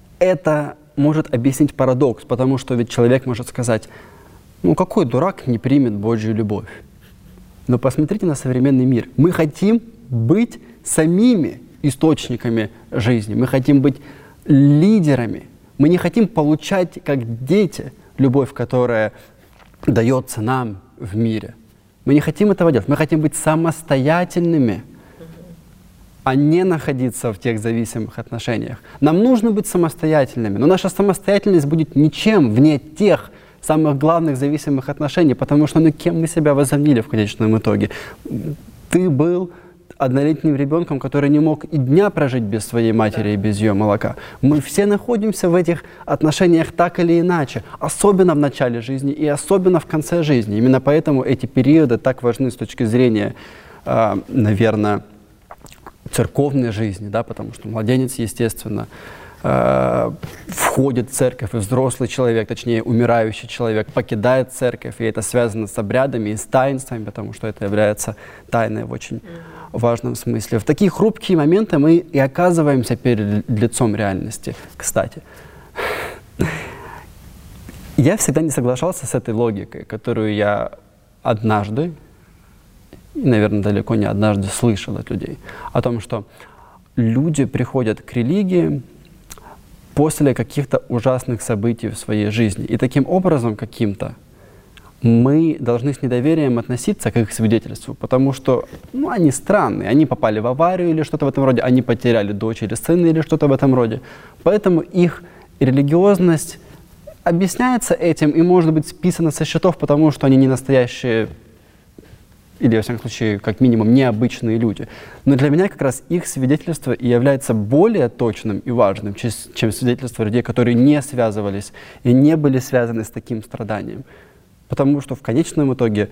это может объяснить парадокс, потому что ведь человек может сказать: ну какой дурак не примет Божью любовь? Но посмотрите на современный мир. Мы хотим быть самими источниками жизни. Мы хотим быть лидерами. Мы не хотим получать, как дети, любовь, которая дается нам в мире. Мы не хотим этого делать. Мы хотим быть самостоятельными, а не находиться в тех зависимых отношениях. Нам нужно быть самостоятельными, но наша самостоятельность будет ничем вне тех самых главных зависимых отношений, потому что ну кем мы себя возомнили в конечном итоге? Ты был однолетним ребенком, который не мог и дня прожить без своей матери и без ее молока. Мы все находимся в этих отношениях так или иначе, особенно в начале жизни и особенно в конце жизни. Именно поэтому эти периоды так важны с точки зрения, э, наверное, церковной жизни, да, потому что младенец, естественно, э, входит в церковь, и взрослый человек, точнее умирающий человек, покидает церковь, и это связано с обрядами и с таинствами, потому что это является тайной в очень важном смысле. В такие хрупкие моменты мы и оказываемся перед лицом реальности, кстати. Я всегда не соглашался с этой логикой, которую я однажды, и, наверное, далеко не однажды слышал от людей, о том, что люди приходят к религии после каких-то ужасных событий в своей жизни. И таким образом каким-то мы должны с недоверием относиться к их свидетельству, потому что ну, они странные, они попали в аварию или что-то в этом роде, они потеряли дочь или сына или что-то в этом роде. Поэтому их религиозность объясняется этим и может быть списана со счетов, потому что они не настоящие, или, во всяком случае, как минимум, необычные люди. Но для меня как раз их свидетельство и является более точным и важным, чем свидетельство людей, которые не связывались и не были связаны с таким страданием. Потому что в конечном итоге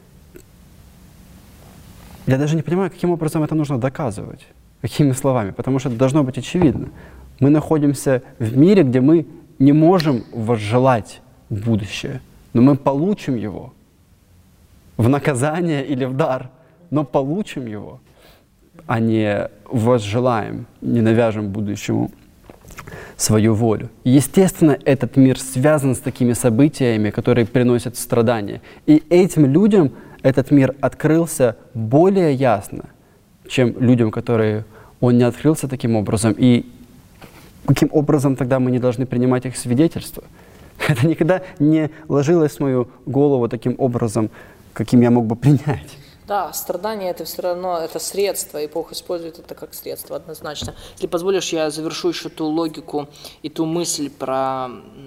я даже не понимаю, каким образом это нужно доказывать, какими словами, потому что это должно быть очевидно. Мы находимся в мире, где мы не можем возжелать будущее, но мы получим его в наказание или в дар, но получим его, а не возжелаем, не навяжем будущему свою волю. Естественно, этот мир связан с такими событиями, которые приносят страдания. И этим людям этот мир открылся более ясно, чем людям, которые он не открылся таким образом. И каким образом тогда мы не должны принимать их свидетельства? Это никогда не ложилось в мою голову таким образом, каким я мог бы принять. Да, страдание это все равно это средство, и Бог использует это как средство однозначно. Если позволишь, я завершу еще ту логику и ту мысль про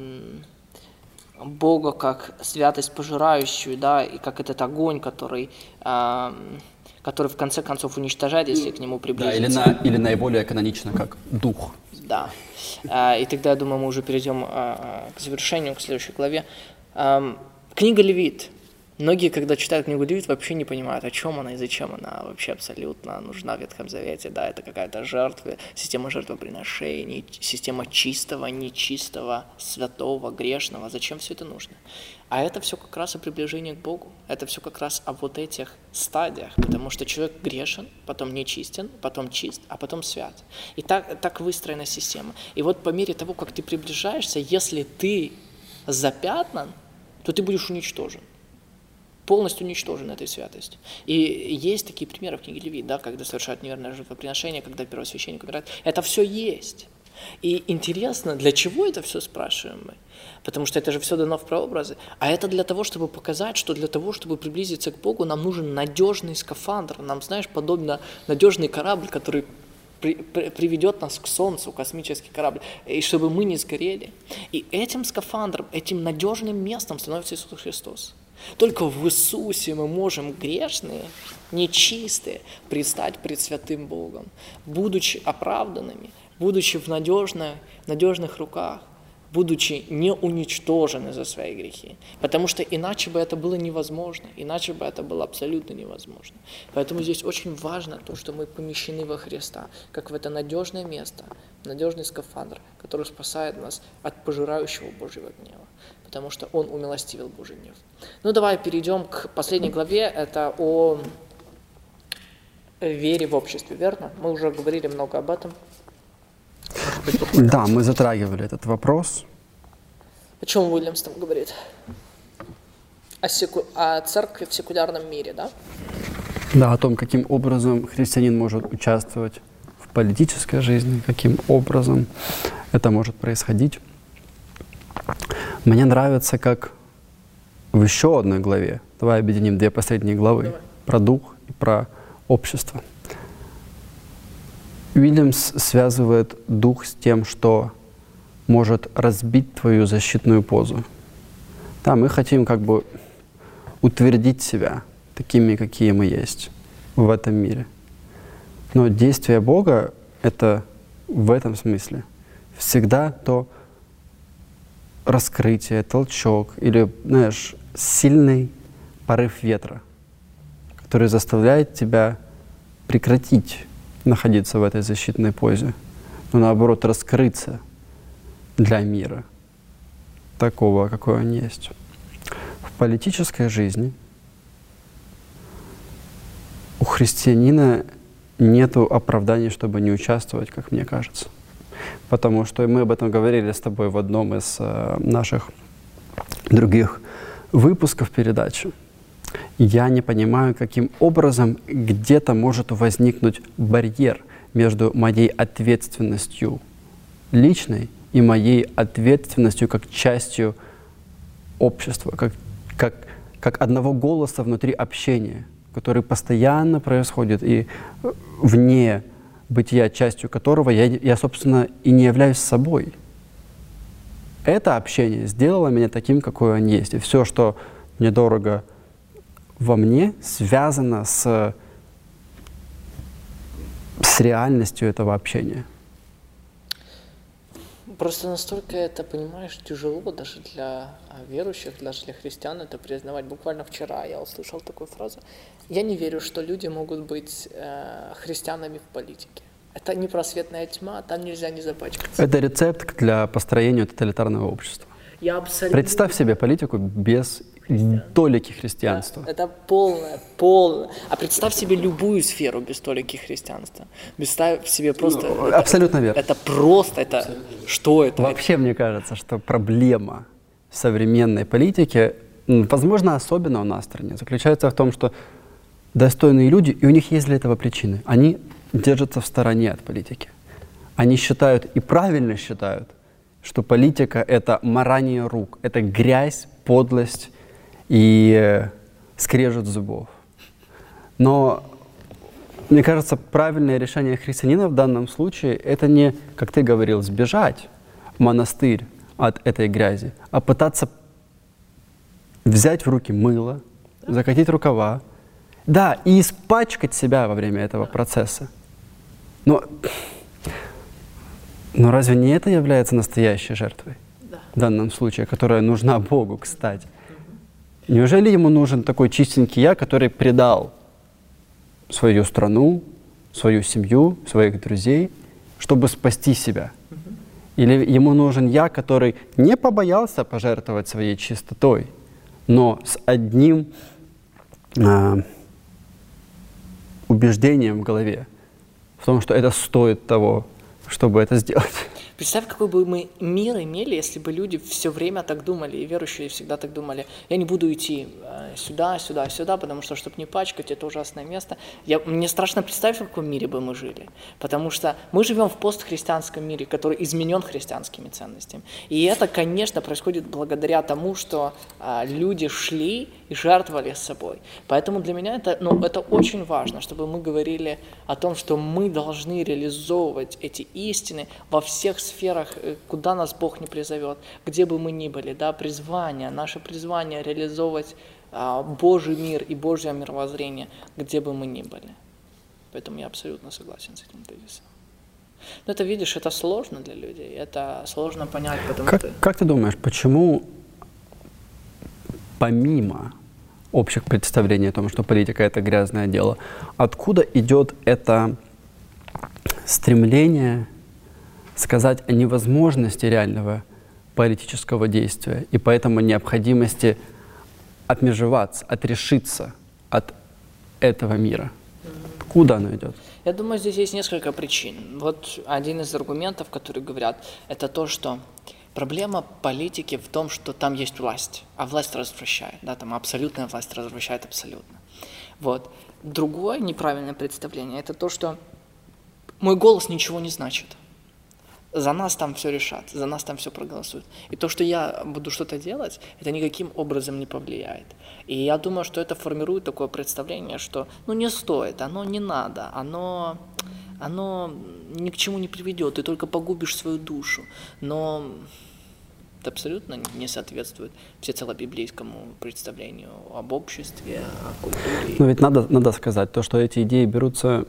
Бога как святость пожирающую, да, и как этот огонь, который, э, который в конце концов уничтожает, если к нему приблизиться. Да, или, на, или наиболее канонично, как дух. Да. И тогда, я думаю, мы уже перейдем к завершению, к следующей главе. Книга Левит. Многие, когда читают книгу Левит, вообще не понимают, о чем она и зачем она вообще абсолютно нужна в Ветхом Завете. Да, это какая-то жертва, система жертвоприношений, система чистого, нечистого, святого, грешного. Зачем все это нужно? А это все как раз о приближении к Богу. Это все как раз о вот этих стадиях, потому что человек грешен, потом нечистен, потом чист, а потом свят. И так, так выстроена система. И вот по мере того, как ты приближаешься, если ты запятнан, то ты будешь уничтожен. Полностью уничтожен этой святостью. И есть такие примеры в книге Левит, да, когда совершают неверное жертвоприношение, когда первосвященник умирает. Это все есть. И интересно, для чего это все, спрашиваем мы? Потому что это же все дано в прообразы. А это для того, чтобы показать, что для того, чтобы приблизиться к Богу, нам нужен надежный скафандр. Нам, знаешь, подобно надежный корабль, который при, при, приведет нас к Солнцу, космический корабль, и чтобы мы не сгорели. И этим скафандром, этим надежным местом становится Иисус Христос. Только в Иисусе мы можем грешные, нечистые, предстать пред святым Богом, будучи оправданными, будучи в надежных, надежных руках, будучи не уничтожены за свои грехи. Потому что иначе бы это было невозможно, иначе бы это было абсолютно невозможно. Поэтому здесь очень важно то, что мы помещены во Христа, как в это надежное место, надежный скафандр, который спасает нас от пожирающего Божьего гнева. Потому что Он умилостивил Божий гнев. Ну, давай перейдем к последней главе. Это о вере в обществе, верно? Мы уже говорили много об этом. Да, мы затрагивали этот вопрос. О чем Уильямс там говорит? О, секу... о церкви в секулярном мире, да? Да, о том, каким образом христианин может участвовать в политической жизни, каким образом это может происходить. Мне нравится, как в еще одной главе, давай объединим две последние главы, давай. Про дух и про общество. Уильямс связывает дух с тем, что может разбить твою защитную позу. Да, мы хотим как бы утвердить себя такими, какие мы есть в этом мире. Но действие Бога — это в этом смысле всегда то раскрытие, толчок или, знаешь, сильный порыв ветра, который заставляет тебя прекратить находиться в этой защитной позе, но наоборот раскрыться для мира, такого, какой он есть. В политической жизни у христианина нет оправданий, чтобы не участвовать, как мне кажется. Потому что мы об этом говорили с тобой в одном из э, наших других выпусков передачи. Я не понимаю, каким образом где-то может возникнуть барьер между моей ответственностью личной и моей ответственностью как частью общества, как, как, как одного голоса внутри общения, который постоянно происходит и вне бытия, частью которого я, я, собственно, и не являюсь собой. Это общение сделало меня таким, какой он есть. И все, что мне дорого во мне, связано с, с реальностью этого общения. Просто настолько это, понимаешь, тяжело даже для верующих, даже для христиан это признавать. Буквально вчера я услышал такую фразу. Я не верю, что люди могут быть э, христианами в политике. Это непросветная тьма, там нельзя не запачкаться. Это рецепт для построения тоталитарного общества. Я абсолютно... Представь себе политику без Христиан. толики христианства. Да, это полное, полное. А представь себе любую сферу без толики христианства. Представь себе просто... Ну, это, абсолютно верно. Это просто, это... Абсолютно. Что это? Вообще, мне кажется, что проблема современной политики, возможно, особенно у нас в стране, заключается в том, что достойные люди, и у них есть для этого причины, они держатся в стороне от политики. Они считают, и правильно считают, что политика — это марание рук, это грязь, подлость и э, скрежет зубов. Но, мне кажется, правильное решение христианина в данном случае — это не, как ты говорил, сбежать в монастырь от этой грязи, а пытаться взять в руки мыло, закатить рукава, да, и испачкать себя во время этого процесса. Но, но разве не это является настоящей жертвой? Да. В данном случае, которая нужна Богу, кстати? Неужели ему нужен такой чистенький я, который предал свою страну, свою семью, своих друзей, чтобы спасти себя? Или ему нужен я, который не побоялся пожертвовать своей чистотой, но с одним э, убеждением в голове, в том, что это стоит того, чтобы это сделать? Представь, какой бы мы мир имели, если бы люди все время так думали, и верующие всегда так думали. Я не буду идти сюда, сюда, сюда, потому что, чтобы не пачкать, это ужасное место. Я, мне страшно представить, в каком мире бы мы жили. Потому что мы живем в постхристианском мире, который изменен христианскими ценностями. И это, конечно, происходит благодаря тому, что а, люди шли и жертвовали собой. Поэтому для меня это, ну, это очень важно, чтобы мы говорили о том, что мы должны реализовывать эти истины во всех сферах, куда нас Бог не призовет, где бы мы ни были, да, призвание, наше призвание реализовывать а, Божий мир и Божье мировоззрение, где бы мы ни были. Поэтому я абсолютно согласен с этим тезисом. Но это, видишь, это сложно для людей, это сложно понять, потому как, что... Как ты думаешь, почему помимо общих представлений о том, что политика — это грязное дело, откуда идет это стремление сказать о невозможности реального политического действия и поэтому необходимости отмежеваться, отрешиться от этого мира? Откуда оно идет? Я думаю, здесь есть несколько причин. Вот один из аргументов, которые говорят, это то, что проблема политики в том, что там есть власть, а власть развращает, да, там абсолютная власть развращает абсолютно. Вот. Другое неправильное представление – это то, что мой голос ничего не значит. За нас там все решат, за нас там все проголосуют. И то, что я буду что-то делать, это никаким образом не повлияет. И я думаю, что это формирует такое представление, что ну не стоит, оно не надо, оно, оно ни к чему не приведет, ты только погубишь свою душу. Но это абсолютно не соответствует всецело библейскому представлению об обществе, о культуре. Но ведь надо, надо сказать, то, что эти идеи берутся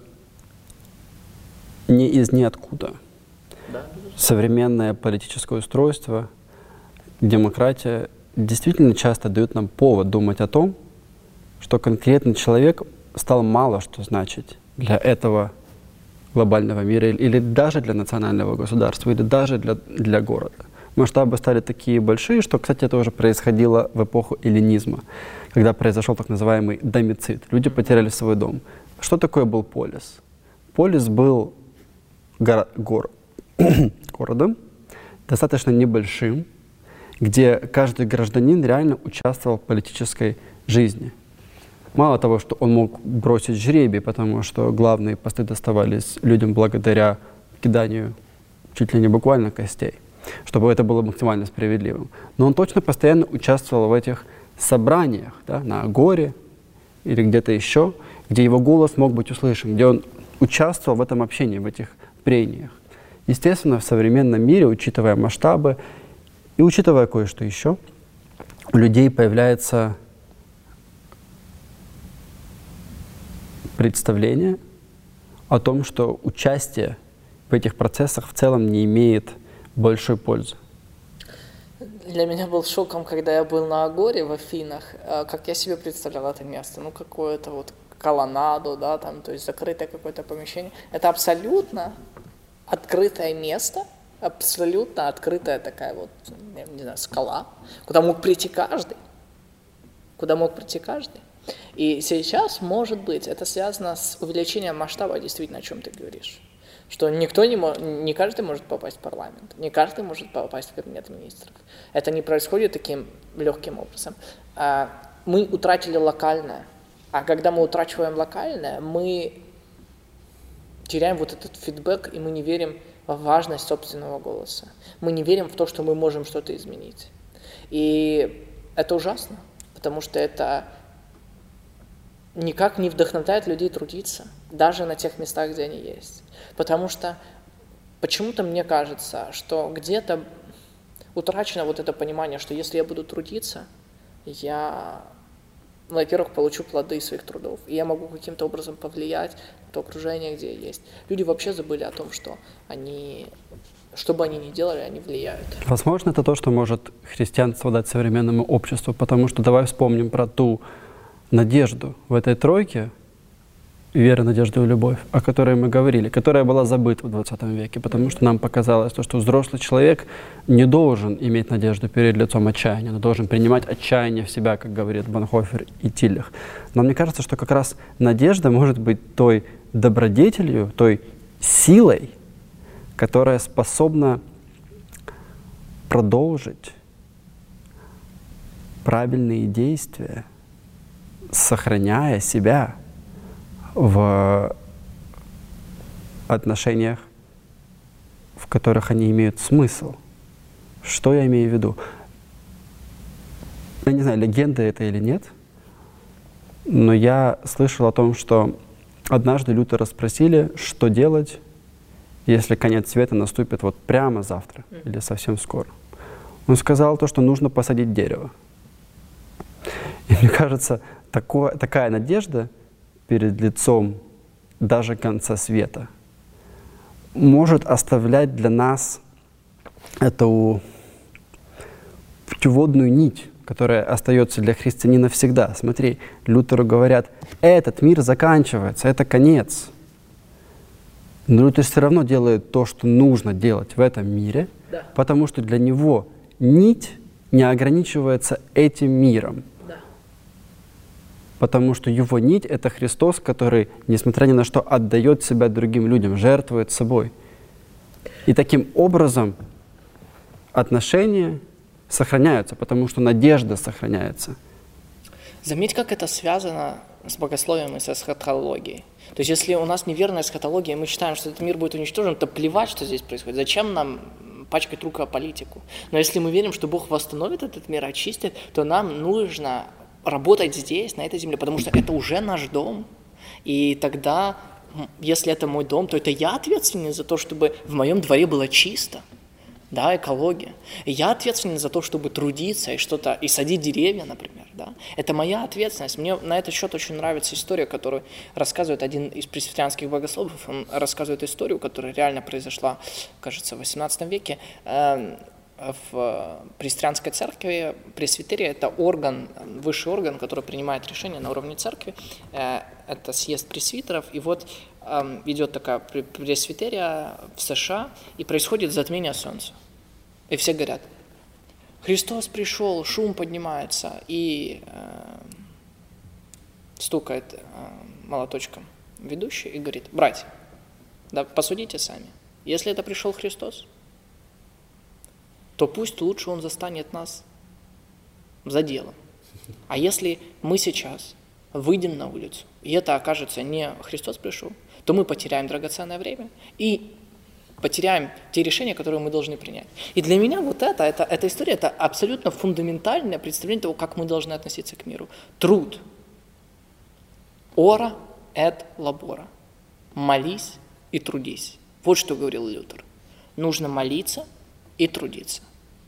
не из ниоткуда. Да, современное политическое устройство, демократия действительно часто дают нам повод думать о том, что конкретный человек стал мало что значить для этого глобального мира или даже для национального государства, или даже для, для города. Масштабы стали такие большие, что, кстати, это уже происходило в эпоху эллинизма, когда произошел так называемый домицид. Люди потеряли свой дом. Что такое был полис? Полис был горо- гор- городом, достаточно небольшим, где каждый гражданин реально участвовал в политической жизни. Мало того, что он мог бросить жребий, потому что главные посты доставались людям благодаря киданию чуть ли не буквально костей, чтобы это было максимально справедливым. Но он точно постоянно участвовал в этих собраниях, да, на горе или где-то еще, где его голос мог быть услышан, где он участвовал в этом общении, в этих прениях. Естественно, в современном мире, учитывая масштабы и учитывая кое-что еще, у людей появляется представление о том, что участие в этих процессах в целом не имеет большой пользы. Для меня был шоком, когда я был на Агоре в Афинах, как я себе представлял это место. Ну, какое-то вот колоннаду, да, там, то есть закрытое какое-то помещение. Это абсолютно открытое место, абсолютно открытая такая вот, не знаю, скала, куда мог прийти каждый. Куда мог прийти каждый. И сейчас, может быть, это связано с увеличением масштаба, действительно, о чем ты говоришь. Что никто не может, не каждый может попасть в парламент, не каждый может попасть в кабинет министров. Это не происходит таким легким образом. Мы утратили локальное, а когда мы утрачиваем локальное, мы теряем вот этот фидбэк, и мы не верим в важность собственного голоса. Мы не верим в то, что мы можем что-то изменить. И это ужасно, потому что это никак не вдохновляет людей трудиться, даже на тех местах, где они есть. Потому что почему-то мне кажется, что где-то утрачено вот это понимание, что если я буду трудиться, я, во-первых, получу плоды своих трудов, и я могу каким-то образом повлиять на то окружение, где я есть. Люди вообще забыли о том, что они, что бы они ни делали, они влияют. Возможно, это то, что может христианство дать современному обществу, потому что давай вспомним про ту надежду в этой тройке, вера, надежда и любовь, о которой мы говорили, которая была забыта в двадцатом веке, потому что нам показалось то, что взрослый человек не должен иметь надежду перед лицом отчаяния, он должен принимать отчаяние в себя, как говорит Бонхофер и Тиллих. Но мне кажется, что как раз надежда может быть той добродетелью, той силой, которая способна продолжить правильные действия, сохраняя себя в отношениях, в которых они имеют смысл. Что я имею в виду? Я не знаю, легенда это или нет, но я слышал о том, что однажды Лютера спросили, что делать, если конец света наступит вот прямо завтра или совсем скоро. Он сказал то, что нужно посадить дерево. И мне кажется, такое, такая надежда перед лицом даже конца света может оставлять для нас эту путеводную нить, которая остается для христианина всегда. Смотри, Лютеру говорят, этот мир заканчивается, это конец. Но Лютер все равно делает то, что нужно делать в этом мире, да. Потому что для него нить не ограничивается этим миром. Потому что его нить — это Христос, который, несмотря ни на что, отдает себя другим людям, жертвует собой. И таким образом отношения сохраняются, потому что надежда сохраняется. Заметь, как это связано с богословием и с эсхатологией. То есть если у нас неверная эсхатология, мы считаем, что этот мир будет уничтожен, то плевать, что здесь происходит. Зачем нам пачкать руку о политику? Но если мы верим, что Бог восстановит этот мир, очистит, то нам нужно работать здесь, на этой земле, потому что это уже наш дом. И тогда, если это мой дом, то это я ответственен за то, чтобы в моем дворе было чисто. Да, экология. И я ответственен за то, чтобы трудиться и что-то, и садить деревья, например. Да? Это моя ответственность. Мне на этот счет очень нравится история, которую рассказывает один из пресвитерианских богословов. Он рассказывает историю, которая реально произошла, кажется, в восемнадцатом веке. В пресвитерианской церкви пресвитерия – это орган, высший орган, который принимает решения на уровне церкви. Это съезд пресвитеров. И вот идет такая пресвитерия в США, и происходит затмение солнца. И все говорят, Христос пришел, шум поднимается, и э, стукает э, молоточком ведущий и говорит, братья, да посудите сами, если это пришел Христос, то пусть лучше Он застанет нас за делом. А если мы сейчас выйдем на улицу, и это окажется не Христос пришел, то мы потеряем драгоценное время и потеряем те решения, которые мы должны принять. И для меня вот это, это, эта история, это абсолютно фундаментальное представление того, как мы должны относиться к миру. Труд. Ора et labora. Молись и трудись. Вот что говорил Лютер. Нужно молиться и трудиться.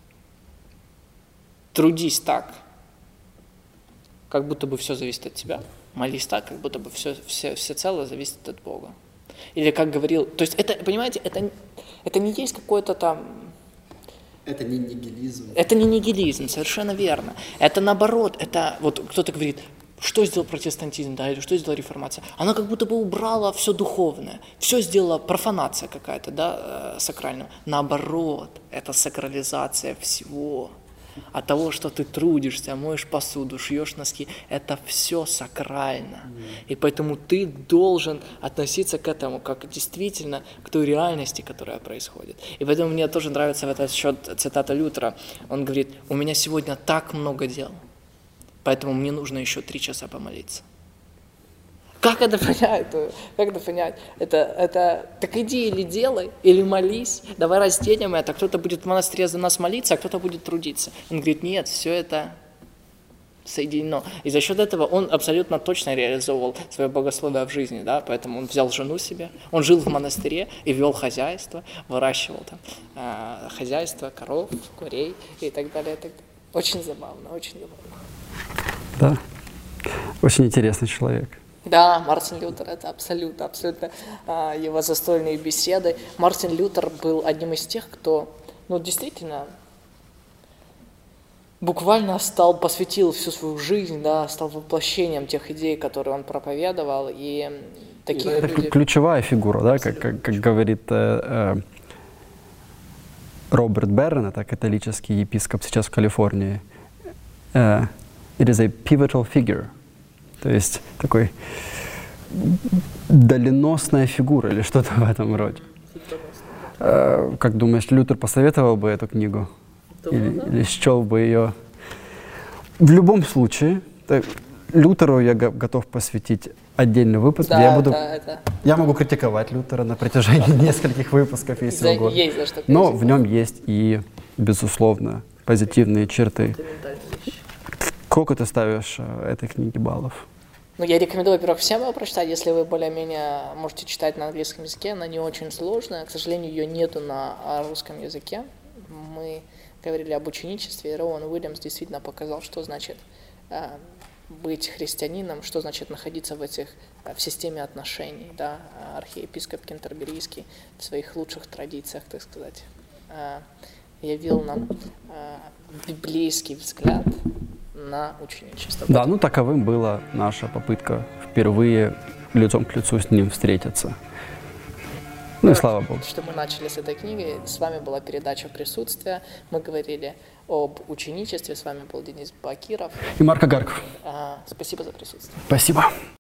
Трудись так, как будто бы все зависит от тебя. Молись так, как будто бы все, все, все целое зависит от Бога. Или как говорил, то есть это, понимаете, это, это не есть какое-то там... Это не нигилизм. Это не нигилизм, совершенно верно. Это наоборот, это вот кто-то говорит, что сделал протестантизм, да, или что сделала реформация? Она как будто бы убрала все духовное, все сделала профанация какая-то, да, сакральная. Наоборот, это сакрализация всего. От того, что ты трудишься, моешь посуду, шьешь носки, это все сакрально. И поэтому ты должен относиться к этому как действительно к той реальности, которая происходит. И поэтому мне тоже нравится в этот счет цитата Лютера. Он говорит, у меня сегодня так много дел, поэтому мне нужно еще три часа помолиться. Как это понять? Как это понять? Это, это так иди или делай, или молись, давай разделим это. Кто-то будет в монастыре за нас молиться, а кто-то будет трудиться. Он говорит, нет, все это соединено. И за счет этого он абсолютно точно реализовывал свое богословие в жизни, да? Поэтому он взял жену себе, он жил в монастыре и вел хозяйство, выращивал там э, хозяйство, коров, курей и так далее, и так далее. Очень забавно, очень забавно. Да, очень интересный человек. Да, Мартин Лютер, это абсолютно, абсолютно а, его застольные беседы. Мартин Лютер был одним из тех, кто, ну, действительно, буквально стал, посвятил всю свою жизнь, да, стал воплощением тех идей, которые он проповедовал, и таких это людей... ключевая фигура, да, как, как, как говорит э, э, Роберт Берн, это католический епископ сейчас в Калифорнии. Э, it is a pivotal figure. То есть такой доленосная фигура или что-то в этом роде. Э, как думаешь, Лютер посоветовал бы эту книгу? Или, или счел бы ее? В любом случае, так, Лютеру я го- готов посвятить отдельный выпуск. Да, я, буду, это, это... я могу критиковать Лютера на протяжении нескольких выпусков, если За, угодно. есть за что Но критиковать. в нем есть и, безусловно, позитивные черты. Сколько ты ставишь э, этой книге баллов? Ну, я рекомендую, во-первых, всем его прочитать, если вы более-менее можете читать на английском языке. Она не очень сложная, к сожалению, ее нету на русском языке. Мы говорили об ученичестве, и Роуэн Уильямс действительно показал, что значит э, быть христианином, что значит находиться в этих, в системе отношений, да, архиепископ Кентерберийский в своих лучших традициях, так сказать, э, явил нам э, библейский взгляд на ученичество. Да, ну таковым была наша попытка впервые лицом к лицу с ним встретиться. Ну и слава Богу. Что мы начали с этой книги. С вами была передача «Присутствие». Мы говорили об ученичестве. С вами был Денис Бакиров. И Марк Агарков. А, спасибо за присутствие. Спасибо.